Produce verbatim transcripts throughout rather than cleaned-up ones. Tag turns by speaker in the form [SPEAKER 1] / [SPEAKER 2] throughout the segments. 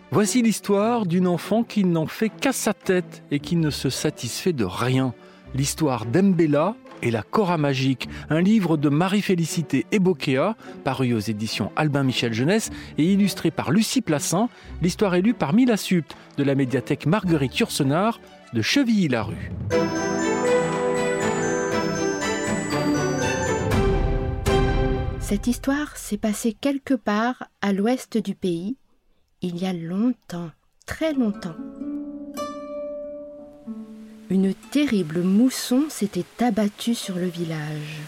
[SPEAKER 1] Voici l'histoire d'une enfant qui n'en fait qu'à sa tête et qui ne se satisfait de rien. L'histoire d'Mbella et la Cora magique, un livre de Marie-Félicité Ebokea, paru aux éditions Albin Michel Jeunesse et illustré par Lucie Plassin. L'histoire est lue par Mila Supt de la médiathèque Marguerite Yourcenar de Chevilly-Larue.
[SPEAKER 2] Cette histoire s'est passée quelque part à l'ouest du pays, il y a longtemps, très longtemps. Une terrible mousson s'était abattue sur le village.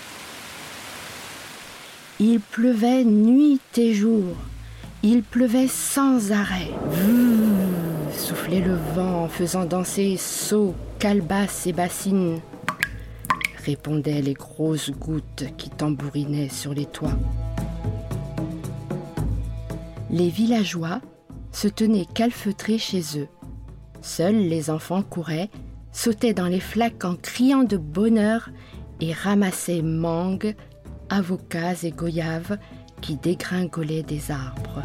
[SPEAKER 2] Il pleuvait nuit et jour, il pleuvait sans arrêt. Vouh, soufflait le vent, faisant danser seaux, calebasses et bassines. Répondaient les grosses gouttes qui tambourinaient sur les toits. Les villageois se tenaient calfeutrés chez eux. Seuls les enfants couraient, sautaient dans les flaques en criant de bonheur et ramassaient mangues, avocats et goyaves qui dégringolaient des arbres.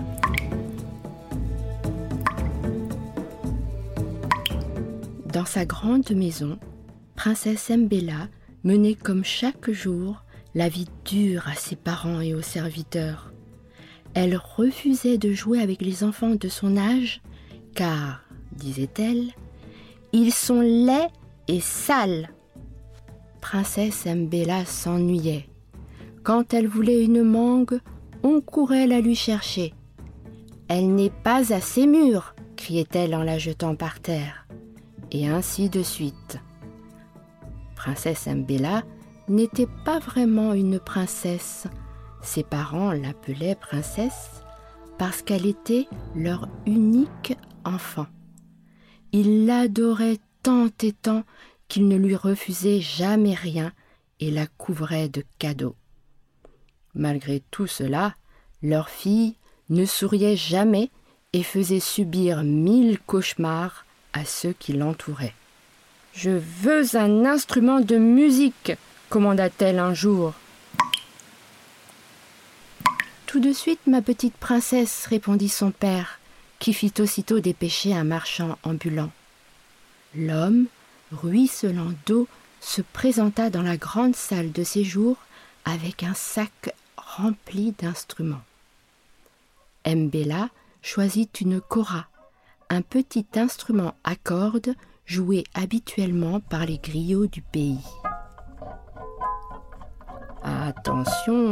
[SPEAKER 2] Dans sa grande maison, Princesse Mbella menait comme chaque jour la vie dure à ses parents et aux serviteurs. Elle refusait de jouer avec les enfants de son âge, car, disait-elle, ils sont laids et sales. Princesse Mbella s'ennuyait. Quand elle voulait une mangue, on courait la lui chercher. « Elle n'est pas assez mûre !» criait-elle en la jetant par terre. Et ainsi de suite. Princesse Mbella n'était pas vraiment une princesse. Ses parents l'appelaient princesse parce qu'elle était leur unique enfant. Ils l'adoraient tant et tant qu'ils ne lui refusaient jamais rien et la couvraient de cadeaux. Malgré tout cela, leur fille ne souriait jamais et faisait subir mille cauchemars à ceux qui l'entouraient. « Je veux un instrument de musique !» commanda-t-elle un jour. « Tout de suite, ma petite princesse, répondit son père, qui fit aussitôt dépêcher un marchand ambulant. L'homme, ruisselant d'eau, se présenta dans la grande salle de séjour avec un sac rempli d'instruments. Mbella choisit une cora, un petit instrument à cordes joué habituellement par les griots du pays. « Attention !»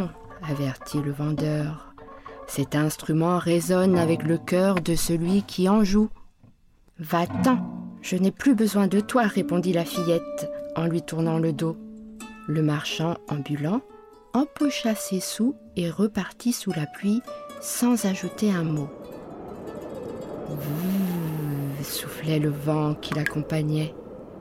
[SPEAKER 2] avertit le vendeur. « Cet instrument résonne avec le cœur de celui qui en joue. »« Va-t'en, je n'ai plus besoin de toi, » répondit la fillette en lui tournant le dos. Le marchand ambulant empocha ses sous et repartit sous la pluie sans ajouter un mot. Vouh, soufflait le vent qui l'accompagnait.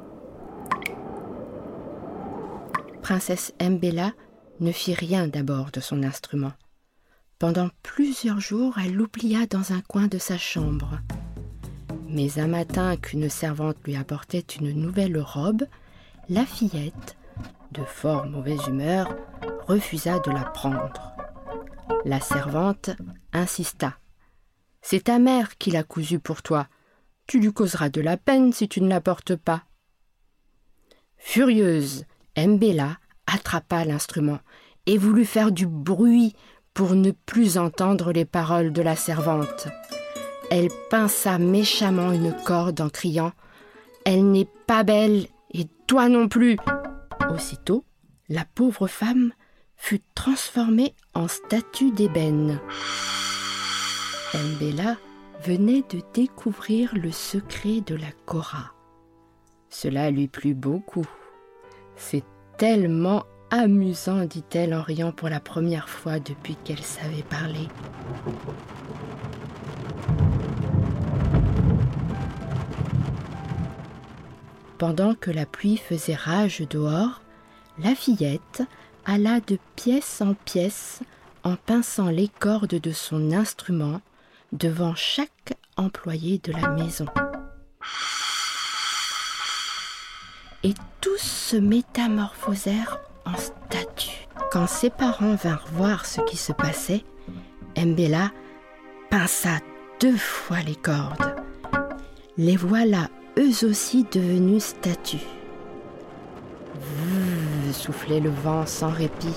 [SPEAKER 2] Princesse Mbella ne fit rien d'abord de son instrument. Pendant plusieurs jours, elle l'oublia dans un coin de sa chambre. Mais un matin qu'une servante lui apportait une nouvelle robe, la fillette, de fort mauvaise humeur, refusa de la prendre. La servante insista. « C'est ta mère qui l'a cousue pour toi. Tu lui causeras de la peine si tu ne la portes pas. » Furieuse, Mbella attrapa l'instrument et voulut faire du bruit pour ne plus entendre les paroles de la servante. Elle pinça méchamment une corde en criant « Elle n'est pas belle et toi non plus !» Aussitôt, la pauvre femme fut transformée en statue d'ébène. Mbella venait de découvrir le secret de la cora. Cela lui plut beaucoup. « C'est tellement amusant, dit-elle en riant pour la première fois depuis qu'elle savait parler. Pendant que la pluie faisait rage dehors, la fillette alla de pièce en pièce en pinçant les cordes de son instrument devant chaque employé de la maison. Et tous se métamorphosèrent en statues. Quand ses parents vinrent voir ce qui se passait, Mbella pinça deux fois les cordes. Les voilà eux aussi devenus statues. Veuh, soufflait le vent sans répit.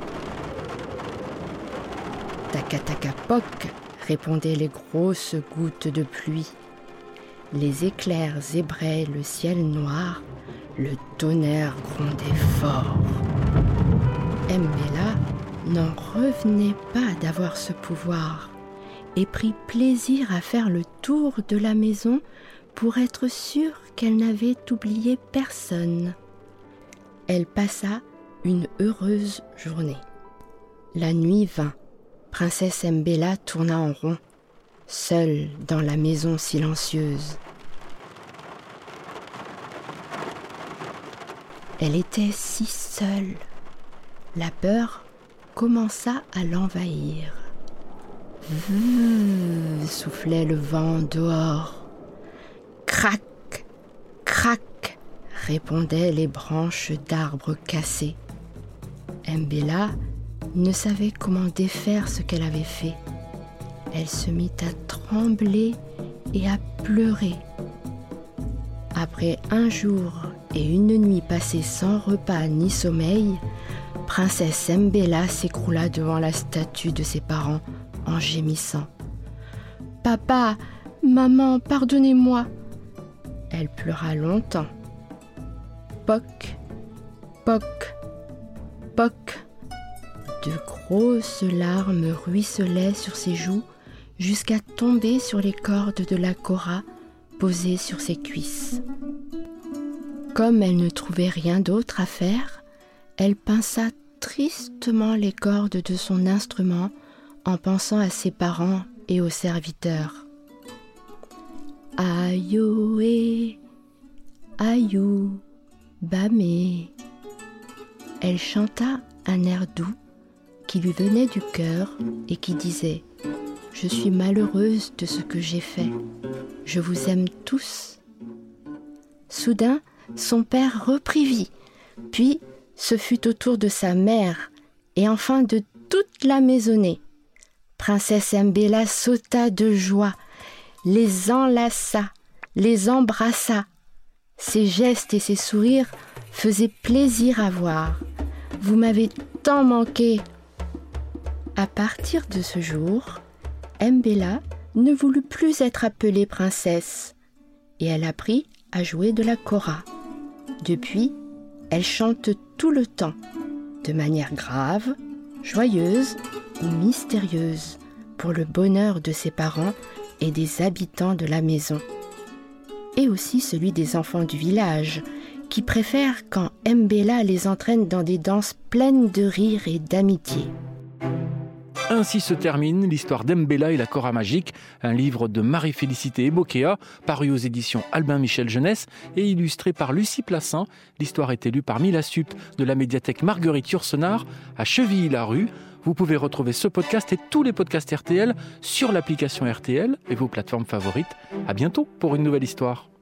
[SPEAKER 2] Taca-taca-poc, répondaient les grosses gouttes de pluie. Les éclairs zébraient le ciel noir, le tonnerre grondait fort. Mbella n'en revenait pas d'avoir ce pouvoir et prit plaisir à faire le tour de la maison pour être sûre qu'elle n'avait oublié personne. Elle passa une heureuse journée. La nuit vint. Princesse Mbella tourna en rond, seule dans la maison silencieuse. Elle était si seule. La peur commença à l'envahir. Veuh, soufflait le vent dehors. Crac, crac, répondaient les branches d'arbres cassés. Mbella ne savait comment défaire ce qu'elle avait fait. Elle se mit à trembler et à pleurer. Après un jour et une nuit passés sans repas ni sommeil, Princesse Mbella s'écroula devant la statue de ses parents en gémissant. « Papa, maman, pardonnez-moi !» Elle pleura longtemps. Poc, poc, poc. De grosses larmes ruisselaient sur ses joues jusqu'à tomber sur les cordes de la kora posées sur ses cuisses. Comme elle ne trouvait rien d'autre à faire, elle pinça tristement les cordes de son instrument en pensant à ses parents et aux serviteurs. Ayoé, ayou, bamé. Elle chanta un air doux qui lui venait du cœur et qui disait « Je suis malheureuse de ce que j'ai fait. Je vous aime tous. » Soudain, son père reprit vie, puis ce fut au tour de sa mère et enfin de toute la maisonnée. Princesse Mbella sauta de joie, les enlaça, les embrassa. Ses gestes et ses sourires faisaient plaisir à voir. « Vous m'avez tant manqué !» À partir de ce jour, Mbella ne voulut plus être appelée princesse et elle apprit à jouer de la kora. Depuis, elle chante tout le temps, de manière grave, joyeuse ou mystérieuse, pour le bonheur de ses parents et des habitants de la maison, et aussi celui des enfants du village, qui préfèrent quand Mbella les entraîne dans des danses pleines de rire et d'amitié.
[SPEAKER 1] Ainsi se termine l'histoire d'Mbella et la kora magique, un livre de Marie-Félicité Ebokéa, paru aux éditions Albin Michel Jeunesse et illustré par Lucie Plassin. L'histoire est élue par Mila Sup de la médiathèque Marguerite Yourcenar à Chevilly-la-Rue. Vous pouvez retrouver ce podcast et tous les podcasts R T L sur l'application R T L et vos plateformes favorites. À bientôt pour une nouvelle histoire.